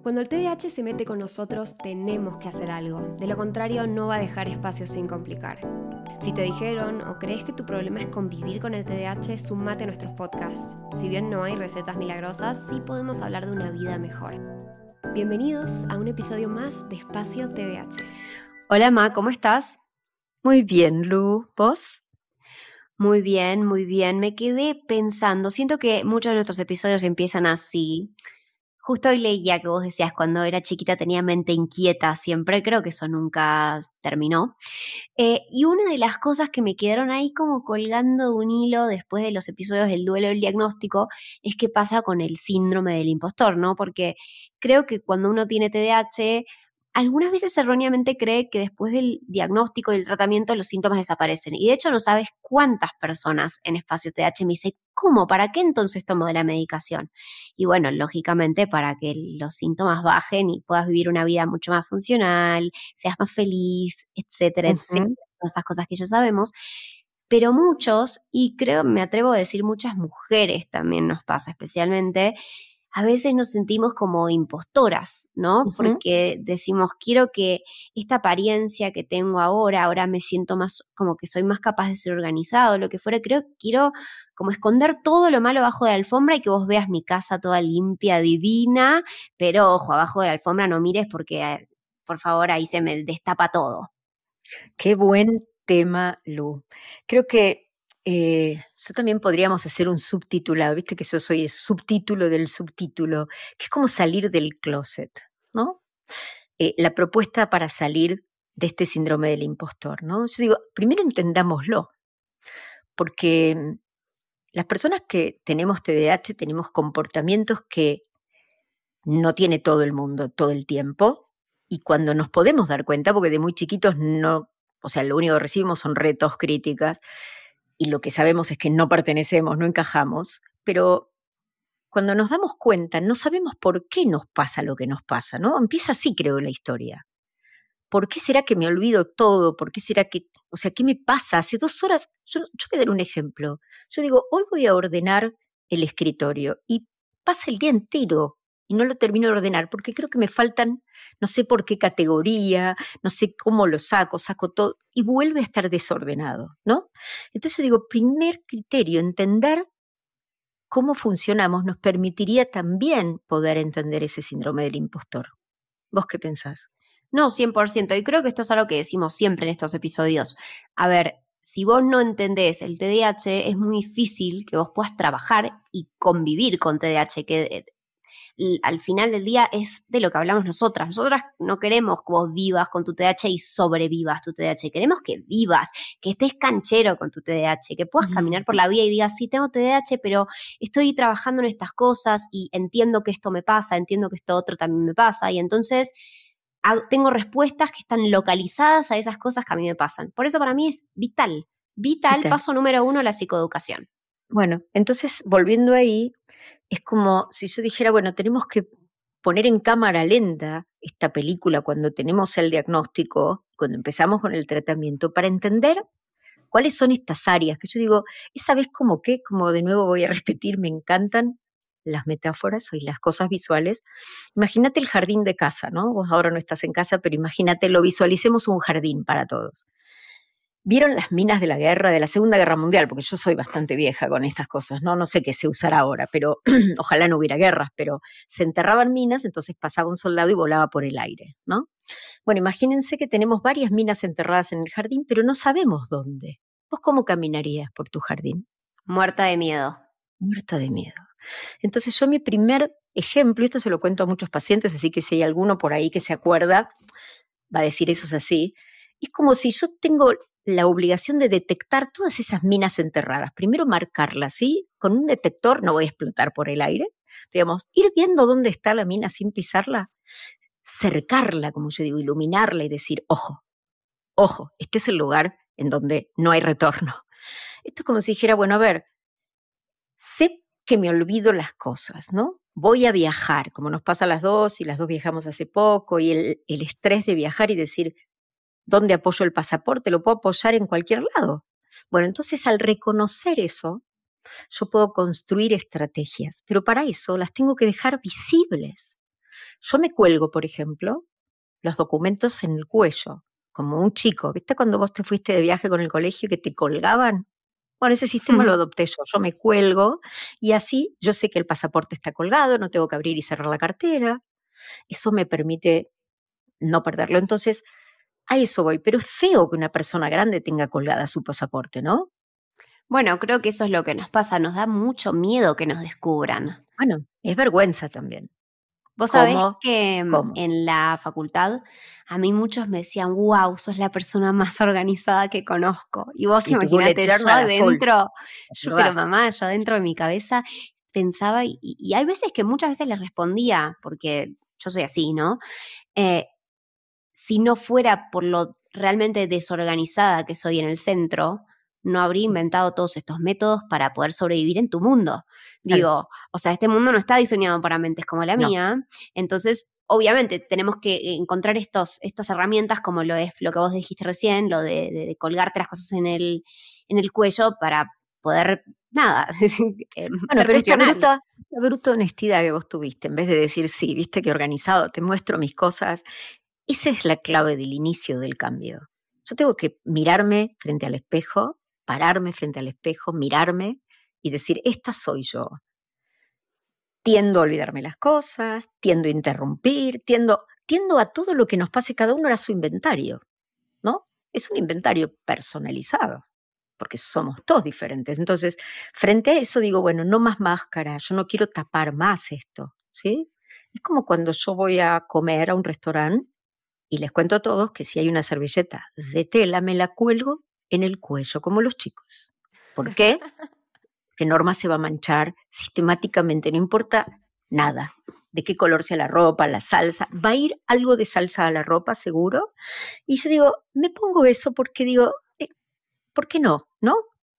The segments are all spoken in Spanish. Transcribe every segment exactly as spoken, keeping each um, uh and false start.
Cuando el T D A H se mete con nosotros, tenemos que hacer algo. De lo contrario, no va a dejar espacio sin complicar. Si te dijeron o crees que tu problema es convivir con el T D A H, sumate a nuestros podcasts. Si bien no hay recetas milagrosas, sí podemos hablar de una vida mejor. Bienvenidos a un episodio más de Espacio T D A H. Hola, Ma, ¿cómo estás? Muy bien, Lu. ¿Vos? Muy bien, muy bien. Me quedé pensando, siento que muchos de nuestros episodios empiezan así. Justo hoy leía que vos decías cuando era chiquita tenía mente inquieta siempre, creo que eso nunca terminó. Eh, y una de las cosas que me quedaron ahí como colgando de un hilo después de los episodios del duelo del diagnóstico es qué pasa con el síndrome del impostor, ¿no? Porque creo que cuando uno tiene T D A H, algunas veces erróneamente cree que después del diagnóstico y del tratamiento los síntomas desaparecen. Y de hecho no sabes cuántas personas en Espacio T D A H me dicen, ¿cómo? ¿Para qué entonces tomo de la medicación? Y bueno, lógicamente para que los síntomas bajen y puedas vivir una vida mucho más funcional, seas más feliz, etcétera, etcétera, Ujú. todas esas cosas que ya sabemos. Pero muchos, y creo, me atrevo a decir muchas mujeres también nos pasa especialmente, a veces nos sentimos como impostoras, ¿no? Ujú. Porque decimos, quiero que esta apariencia que tengo ahora, ahora me siento más, como que soy más capaz de ser organizado, lo que fuera, creo que quiero como esconder todo lo malo abajo de la alfombra y que vos veas mi casa toda limpia, divina, pero ojo, abajo de la alfombra no mires porque, por favor, ahí se me destapa todo. Qué buen tema, Lu. Creo que eh, yo también podríamos hacer un subtitulado, viste que yo soy el subtítulo del subtítulo, que es como salir del closet, ¿no? Eh, la propuesta para salir de este síndrome del impostor, ¿no? Yo digo, primero entendámoslo, porque mm, las personas que tenemos T D A H tenemos comportamientos que no tiene todo el mundo todo el tiempo, y cuando nos podemos dar cuenta, porque de muy chiquitos no, o sea, lo único que recibimos son retos, críticas, y lo que sabemos es que no pertenecemos, no encajamos, pero cuando nos damos cuenta no sabemos por qué nos pasa lo que nos pasa, ¿no? Empieza así, creo, la historia. ¿Por qué será que me olvido todo? ¿Por qué será que, o sea, qué me pasa? Hace dos horas, yo, yo voy a dar un ejemplo. Yo digo, hoy voy a ordenar el escritorio y pasa el día entero y no lo termino de ordenar porque creo que me faltan, no sé por qué categoría, no sé cómo lo saco, saco todo y vuelve a estar desordenado, ¿no? Entonces yo digo, primer criterio, entender cómo funcionamos nos permitiría también poder entender ese síndrome del impostor. ¿Vos qué pensás? No, cien por ciento. Y creo que esto es algo que decimos siempre en estos episodios. A ver, si vos no entendés el T D A H, es muy difícil que vos puedas trabajar y convivir con T D A H, que eh, al final del día es de lo que hablamos nosotras. Nosotras no queremos que vos vivas con tu T D A H y sobrevivas tu T D A H. Queremos que vivas, que estés canchero con tu T D A H, que puedas caminar por la vida y digas, sí, tengo T D A H, pero estoy trabajando en estas cosas y entiendo que esto me pasa, entiendo que esto otro también me pasa. Y entonces tengo respuestas que están localizadas a esas cosas que a mí me pasan. Por eso para mí es vital, vital, Vital. paso número uno, la psicoeducación. Bueno, entonces volviendo ahí, es como si yo dijera, bueno, tenemos que poner en cámara lenta esta película cuando tenemos el diagnóstico, cuando empezamos con el tratamiento, para entender cuáles son estas áreas, que yo digo, esa vez como que, como de nuevo voy a repetir, me encantan las metáforas y las cosas visuales. Imagínate el jardín de casa, ¿no? Vos ahora no estás en casa, pero imagínate, lo visualicemos un jardín para todos. ¿Vieron las minas de la guerra, de la Segunda Guerra Mundial? Porque yo soy bastante vieja con estas cosas, ¿no? No sé qué se usará ahora, pero ojalá no hubiera guerras, pero se enterraban minas, entonces pasaba un soldado y volaba por el aire, ¿no? Bueno, imagínense que tenemos varias minas enterradas en el jardín, pero no sabemos dónde. ¿Vos cómo caminarías por tu jardín? Muerta de miedo. Muerta de miedo. Entonces yo mi primer ejemplo, y esto se lo cuento a muchos pacientes, así que si hay alguno por ahí que se acuerda, va a decir eso es así, es como si yo tengo la obligación de detectar todas esas minas enterradas. Primero marcarlas, ¿sí? Con un detector no voy a explotar por el aire. Digamos, ir viendo dónde está la mina sin pisarla, cercarla, como yo digo, iluminarla y decir, ojo, ojo, este es el lugar en donde no hay retorno. Esto es como si dijera, bueno, a ver, sé que me olvido las cosas, ¿no? Voy a viajar, como nos pasa a las dos, y las dos viajamos hace poco, y el, el estrés de viajar y decir, ¿dónde apoyo el pasaporte? Lo puedo apoyar en cualquier lado. Bueno, entonces al reconocer eso, yo puedo construir estrategias, pero para eso las tengo que dejar visibles. Yo me cuelgo, por ejemplo, los documentos en el cuello, como un chico. ¿Viste cuando vos te fuiste de viaje con el colegio que te colgaban? Bueno, ese sistema lo adopté yo. Yo me cuelgo y así yo sé que el pasaporte está colgado, no tengo que abrir y cerrar la cartera. Eso me permite no perderlo. Entonces, a eso voy. Pero es feo que una persona grande tenga colgada su pasaporte, ¿no? Bueno, creo que eso es lo que nos pasa, nos da mucho miedo que nos descubran. Bueno, es vergüenza también. Vos sabés ¿Cómo? que mm, ¿Cómo? en la facultad a mí muchos me decían, wow, sos la persona más organizada que conozco. Y vos Y tu bullet imaginate, yo journal a full, adentro, te yo, lo pero das. mamá, yo adentro de mi cabeza pensaba, y, y hay veces que muchas veces les respondía, porque yo soy así, ¿no? Eh, si no fuera por lo realmente desorganizada que soy en el centro, no habría inventado todos estos métodos para poder sobrevivir en tu mundo. Claro, Digo, o sea, este mundo no está diseñado para mentes como la no. mía, entonces obviamente tenemos que encontrar estos, estas herramientas como lo es lo que vos dijiste recién, lo de, de, de colgarte las cosas en el, en el cuello para poder, nada, eh, Bueno, ser pero esta funcional. bruta, esta bruta honestidad que vos tuviste, en vez de decir, sí, viste que organizado, te muestro mis cosas, esa es la clave del inicio del cambio. Yo tengo que mirarme frente al espejo, pararme frente al espejo, mirarme y decir, esta soy yo. Tiendo a olvidarme las cosas, tiendo a interrumpir, tiendo, tiendo a todo lo que nos pase, cada uno era su inventario, ¿no? Es un inventario personalizado, porque somos todos diferentes. Entonces, frente a eso digo, bueno, no más máscara, yo no quiero tapar más esto, ¿sí? Es como cuando yo voy a comer a un restaurante y les cuento a todos que si hay una servilleta de tela, me la cuelgo en el cuello, como los chicos. ¿Por qué? Que Norma se va a manchar sistemáticamente, no importa nada, de qué color sea la ropa, la salsa, va a ir algo de salsa a la ropa seguro. Y yo digo, me pongo eso porque digo, eh, ¿por qué no? ¿No?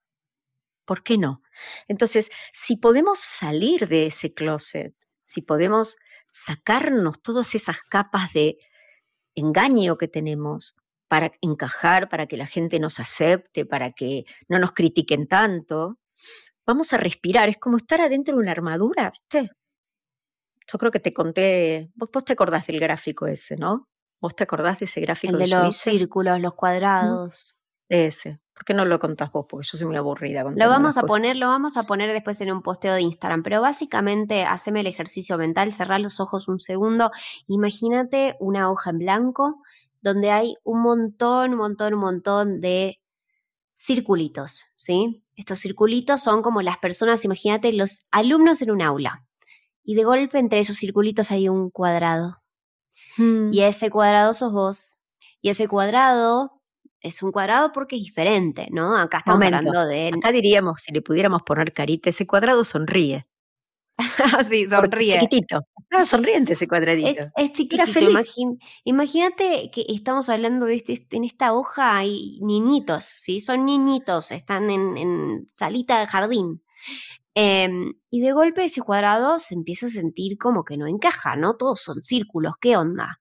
¿Por qué no? Entonces, si podemos salir de ese closet, si podemos sacarnos todas esas capas de engaño que tenemos para encajar, para que la gente nos acepte, para que no nos critiquen tanto, vamos a respirar. Es como estar adentro de una armadura, ¿viste? Yo creo que te conté, vos, vos te acordás del gráfico ese, ¿no? ¿Vos te acordás de ese El gráfico que de yo los hice? círculos, los ¿Mm? cuadrados. Ese. ¿Por qué no lo contás vos? Porque yo soy muy aburrida Lo contando las vamos a cosas. poner, lo vamos a poner después en un posteo de Instagram, pero básicamente haceme el ejercicio mental, cerrar los ojos un segundo, imagínate una hoja en blanco donde hay un montón, un montón, un montón de circulitos, ¿sí? Estos circulitos son como las personas, imagínate los alumnos en un aula y de golpe entre esos circulitos hay un cuadrado y Mm, ese cuadrado sos vos y ese cuadrado es un cuadrado porque es diferente, ¿no? Acá estamos momento. hablando de... Acá diríamos, si le pudiéramos poner carita, ese cuadrado sonríe, Sí, porque es sonríe. chiquitito. Estaba sonriente ese Es, cuadradito. es Era chiquitito, feliz. imagín- imagínate que estamos hablando de este, este- en esta hoja hay niñitos, ¿sí? Son niñitos, están en, en salita de jardín. Em, y de golpe ese cuadrado se empieza a sentir como que no encaja, ¿no? Todos son círculos, ¿qué onda?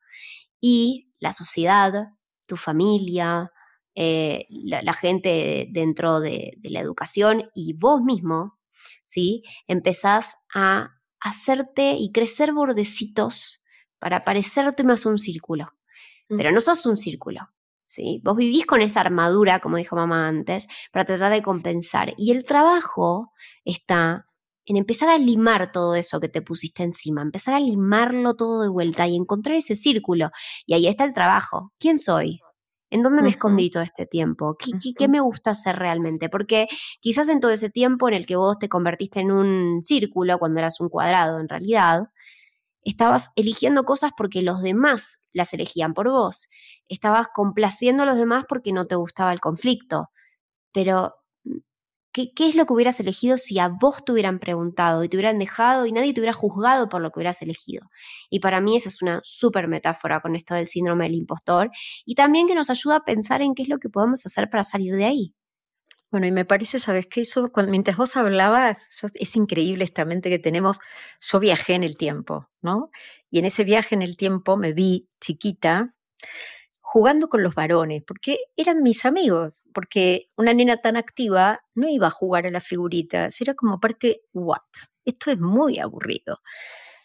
Y la sociedad, tu familia, eh, la, la gente dentro de, de la educación y vos mismo, ¿sí? Empezás a hacerte y crecer bordecitos para parecerte más un círculo. Mm. Pero no sos un círculo, ¿sí? Vos vivís con esa armadura, como dijo mamá antes, para tratar de compensar. Y el trabajo está en empezar a limar todo eso que te pusiste encima, empezar a limarlo todo de vuelta y encontrar ese círculo. Y ahí está el trabajo. ¿Quién soy? ¿En dónde me Ujú, escondí todo este tiempo? ¿Qué, qué, qué ujú. me gusta hacer realmente? Porque quizás en todo ese tiempo en el que vos te convertiste en un círculo, cuando eras un cuadrado en realidad, estabas eligiendo cosas porque los demás las elegían por vos. Estabas complaciendo a los demás porque no te gustaba el conflicto. Pero, ¿qué, qué es lo que hubieras elegido si a vos te hubieran preguntado y te hubieran dejado y nadie te hubiera juzgado por lo que hubieras elegido? Y para mí esa es una súper metáfora con esto del síndrome del impostor y también que nos ayuda a pensar en qué es lo que podemos hacer para salir de ahí. Bueno, y me parece, ¿sabes qué? Eso, cuando, mientras vos hablabas, yo- es increíble esta mente que tenemos. Yo viajé en el tiempo, ¿no? Y en ese viaje en el tiempo me vi chiquita jugando con los varones, porque eran mis amigos, porque una nena tan activa no iba a jugar a las figuritas, era como parte, what? Esto es muy aburrido.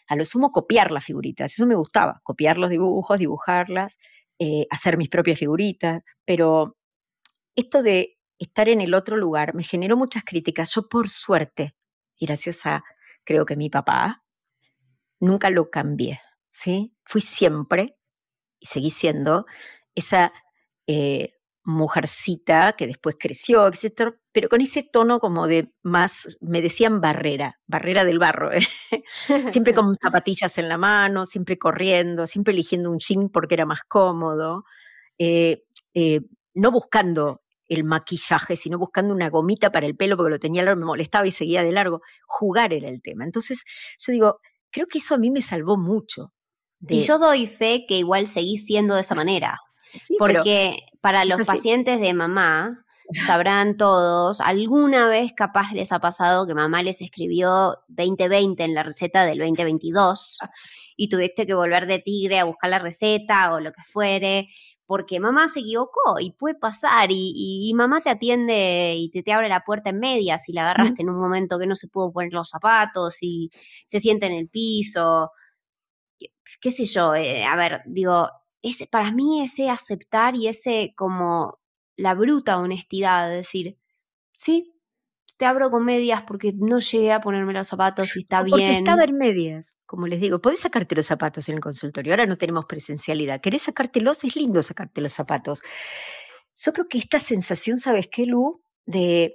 a lo sumo copiar las figuritas, eso me gustaba, copiar los dibujos, dibujarlas, eh, hacer mis propias figuritas, pero esto de estar en el otro lugar me generó muchas críticas. Yo, por suerte, y gracias a, creo que mi papá, nunca lo cambié, ¿sí? Fui siempre, y seguí siendo, esa eh, mujercita que después creció, etcétera, pero con ese tono como de más, me decían barrera, barrera del barro, ¿eh? Siempre con zapatillas en la mano, siempre corriendo, siempre eligiendo un jean porque era más cómodo, eh, eh, no buscando el maquillaje, sino buscando una gomita para el pelo porque lo tenía largo, me molestaba y seguía de largo. Jugar era el tema. Entonces yo digo, creo que eso a mí me salvó mucho. Y De, yo doy fe que igual seguís siendo de esa manera, sí, pero porque para es los así. pacientes de mamá, sabrán todos, alguna vez capaz les ha pasado que mamá les escribió veinte veinte en la receta del veinte veintidós y tuviste que volver de Tigre a buscar la receta o lo que fuere, porque mamá se equivocó y puede pasar y, y, y mamá te atiende y te, te abre la puerta en medias y la agarraste Mm. en un momento que no se pudo poner los zapatos y se sienta en el piso, qué sé yo, eh, a ver, digo, ese, para mí ese aceptar y ese como la bruta honestidad de decir, sí, te abro con medias porque no llegué a ponerme los zapatos y está O porque estaba bien. en medias, como les digo, podés sacarte los zapatos en el consultorio, ahora no tenemos presencialidad, querés sacártelos, es lindo sacarte los zapatos. Yo creo que esta sensación, ¿sabes qué, Lu? De,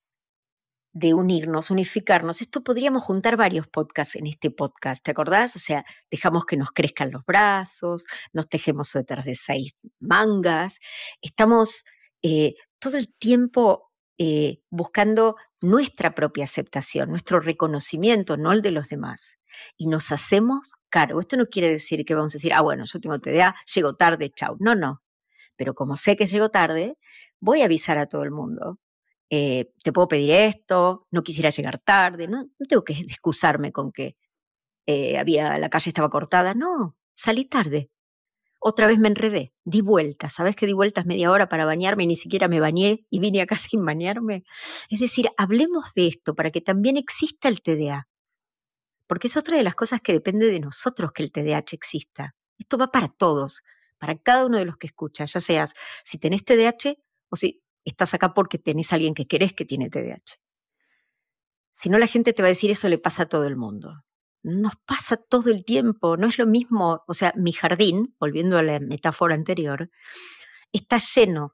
de unirnos, unificarnos, esto podríamos juntar varios podcasts en este podcast, ¿te acordás? O sea, dejamos que nos crezcan los brazos, nos tejemos suéteres de seis mangas, estamos eh, todo el tiempo eh, buscando nuestra propia aceptación, nuestro reconocimiento, no el de los demás. Y nos hacemos cargo. Esto no quiere decir que vamos a decir, ah, bueno, yo tengo T D A, llego tarde, chau. No, no. Pero como sé que llego tarde, voy a avisar a todo el mundo. Eh, te puedo pedir esto, no quisiera llegar tarde, no, no tengo que excusarme con que eh, había, la calle estaba cortada, no, salí tarde. Otra vez me enredé, di vueltas, ¿sabes que di vueltas media hora para bañarme y ni siquiera me bañé y vine acá sin bañarme? Es decir, hablemos de esto para que también exista el T D A, porque es otra de las cosas que depende de nosotros que el T D A H exista. Esto va para todos, para cada uno de los que escucha, ya seas si tenés T D A H o si estás acá porque tenés a alguien que querés que tiene T D A H. Si no, la gente te va a decir eso le pasa a todo el mundo. Nos pasa todo el tiempo, no es lo mismo, o sea, mi jardín, volviendo a la metáfora anterior, está lleno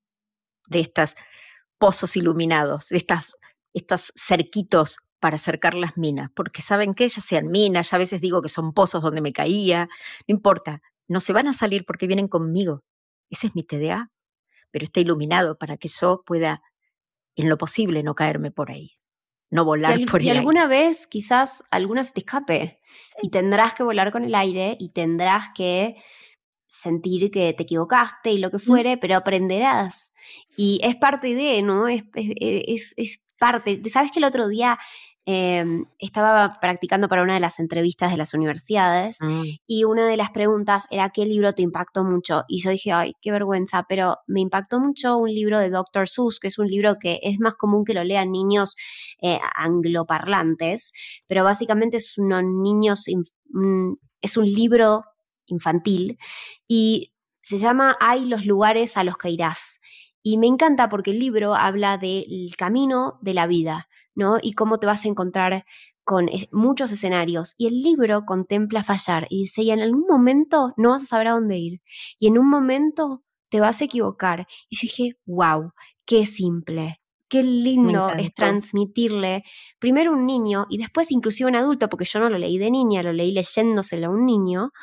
de estos pozos iluminados, de estas, estos cerquitos para acercar las minas, porque saben que ya sean minas, ya a veces digo que son pozos donde me caía, no importa, no se van a salir porque vienen conmigo. Ese es mi T D A, pero está iluminado para que yo pueda, en lo posible, no caerme por ahí, no Y, volar al, por y el aire. alguna vez quizás alguna se te escape y Sí. tendrás que volar con el aire y tendrás que sentir que te equivocaste y lo que ¿Mm? fuere, pero aprenderás. Y es parte de, ¿no? Es, es, es, es parte. ¿Sabes que el otro día eh, estaba practicando para una de las entrevistas de las universidades Mm. y una de las preguntas era ¿qué libro te impactó mucho? Y yo dije, ay, qué vergüenza, pero me impactó mucho un libro de doctor Seuss, que es un libro que es más común que lo lean niños eh, angloparlantes, pero básicamente es unos niños, mm, es un libro infantil y se llama Hay los lugares a los que irás. Y me encanta porque el libro habla del camino de la vida, ¿no? Y cómo te vas a encontrar con muchos escenarios. Y el libro contempla fallar y dice, y en algún momento no vas a saber a dónde ir. Y en un momento te vas a equivocar. Y yo dije, wow, qué simple. Qué Me lindo es encantó. transmitirle primero a un niño y después inclusive a un adulto, porque yo no lo leí de niña, lo leí leyéndoselo a un niño,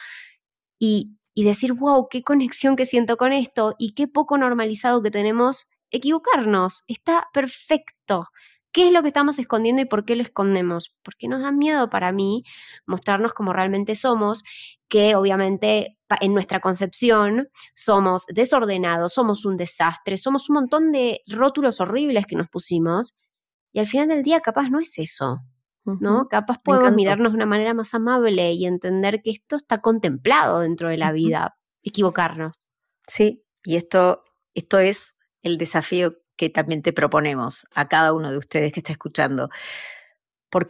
y, y decir, wow, qué conexión que siento con esto y qué poco normalizado que tenemos equivocarnos. Está perfecto. ¿Qué es lo que estamos escondiendo y por qué lo escondemos? Porque nos da miedo para mí mostrarnos como realmente somos, que obviamente en nuestra concepción somos desordenados, somos un desastre, somos un montón de rótulos horribles que nos pusimos y al final del día capaz no es eso. ¿No? Uh-huh. Capaz Me podemos encantó. mirarnos de una manera más amable y entender que esto está contemplado dentro de la Uh-huh. vida, equivocarnos. Sí, y esto, esto es el desafío que también te proponemos a cada uno de ustedes que está escuchando, porque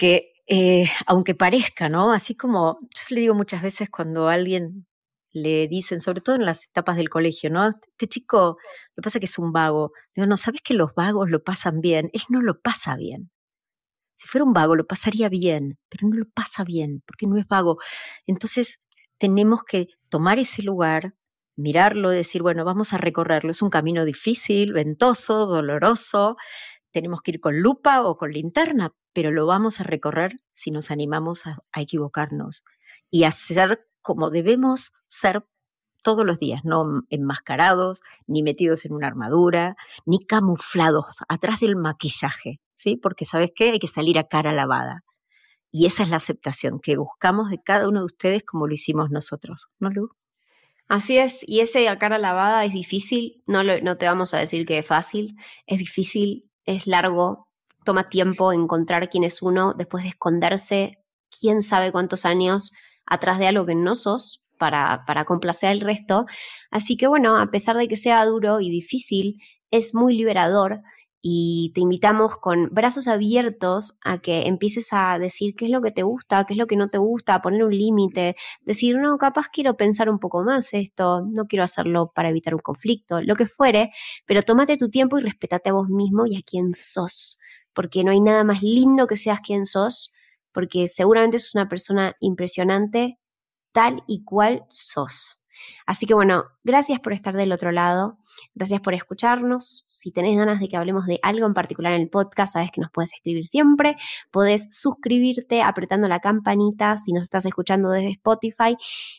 Eh, aunque parezca, ¿no? Así como yo le digo muchas veces cuando a alguien le dicen, sobre todo en las etapas del colegio, ¿no? Este chico, lo que pasa es que es un vago. Digo, no, ¿sabes que los vagos lo pasan bien? Él no lo pasa bien. Si fuera un vago lo pasaría bien, pero no lo pasa bien, porque no es vago. Entonces tenemos que tomar ese lugar, mirarlo, decir, bueno, vamos a recorrerlo. Es un camino difícil, ventoso, doloroso. Tenemos que ir con lupa o con linterna, pero lo vamos a recorrer si nos animamos a, a equivocarnos y a ser como debemos ser todos los días, no enmascarados, ni metidos en una armadura, ni camuflados atrás del maquillaje, ¿sí? Porque ¿sabes qué? Hay que salir a cara lavada. Y esa es la aceptación que buscamos de cada uno de ustedes como lo hicimos nosotros, ¿no, Lu? Así es, y ese a cara lavada es difícil, no, lo, no te vamos a decir que es fácil, es difícil, es largo, toma tiempo encontrar quién es uno después de esconderse quién sabe cuántos años atrás de algo que no sos para, para complacer al resto. Así que bueno, a pesar de que sea duro y difícil, es muy liberador. Y te invitamos con brazos abiertos a que empieces a decir qué es lo que te gusta, qué es lo que no te gusta, a poner un límite, decir, no, capaz quiero pensar un poco más esto, no quiero hacerlo para evitar un conflicto, lo que fuere, pero tómate tu tiempo y respétate a vos mismo y a quién sos, porque no hay nada más lindo que seas quien sos, porque seguramente sos una persona impresionante tal y cual sos. Así que bueno, gracias por estar del otro lado, gracias por escucharnos. Si tenés ganas de que hablemos de algo en particular en el podcast, sabes que nos puedes escribir siempre, podés suscribirte apretando la campanita si nos estás escuchando desde Spotify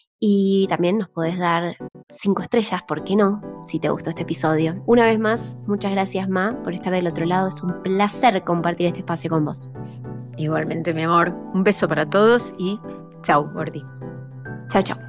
y también nos podés dar cinco estrellas, ¿por qué no? Si te gustó este episodio. Una vez más, muchas gracias, Ma, por estar del otro lado, es un placer compartir este espacio con vos. Igualmente, mi amor, un beso para todos y chau, Gordi. Chao, chao.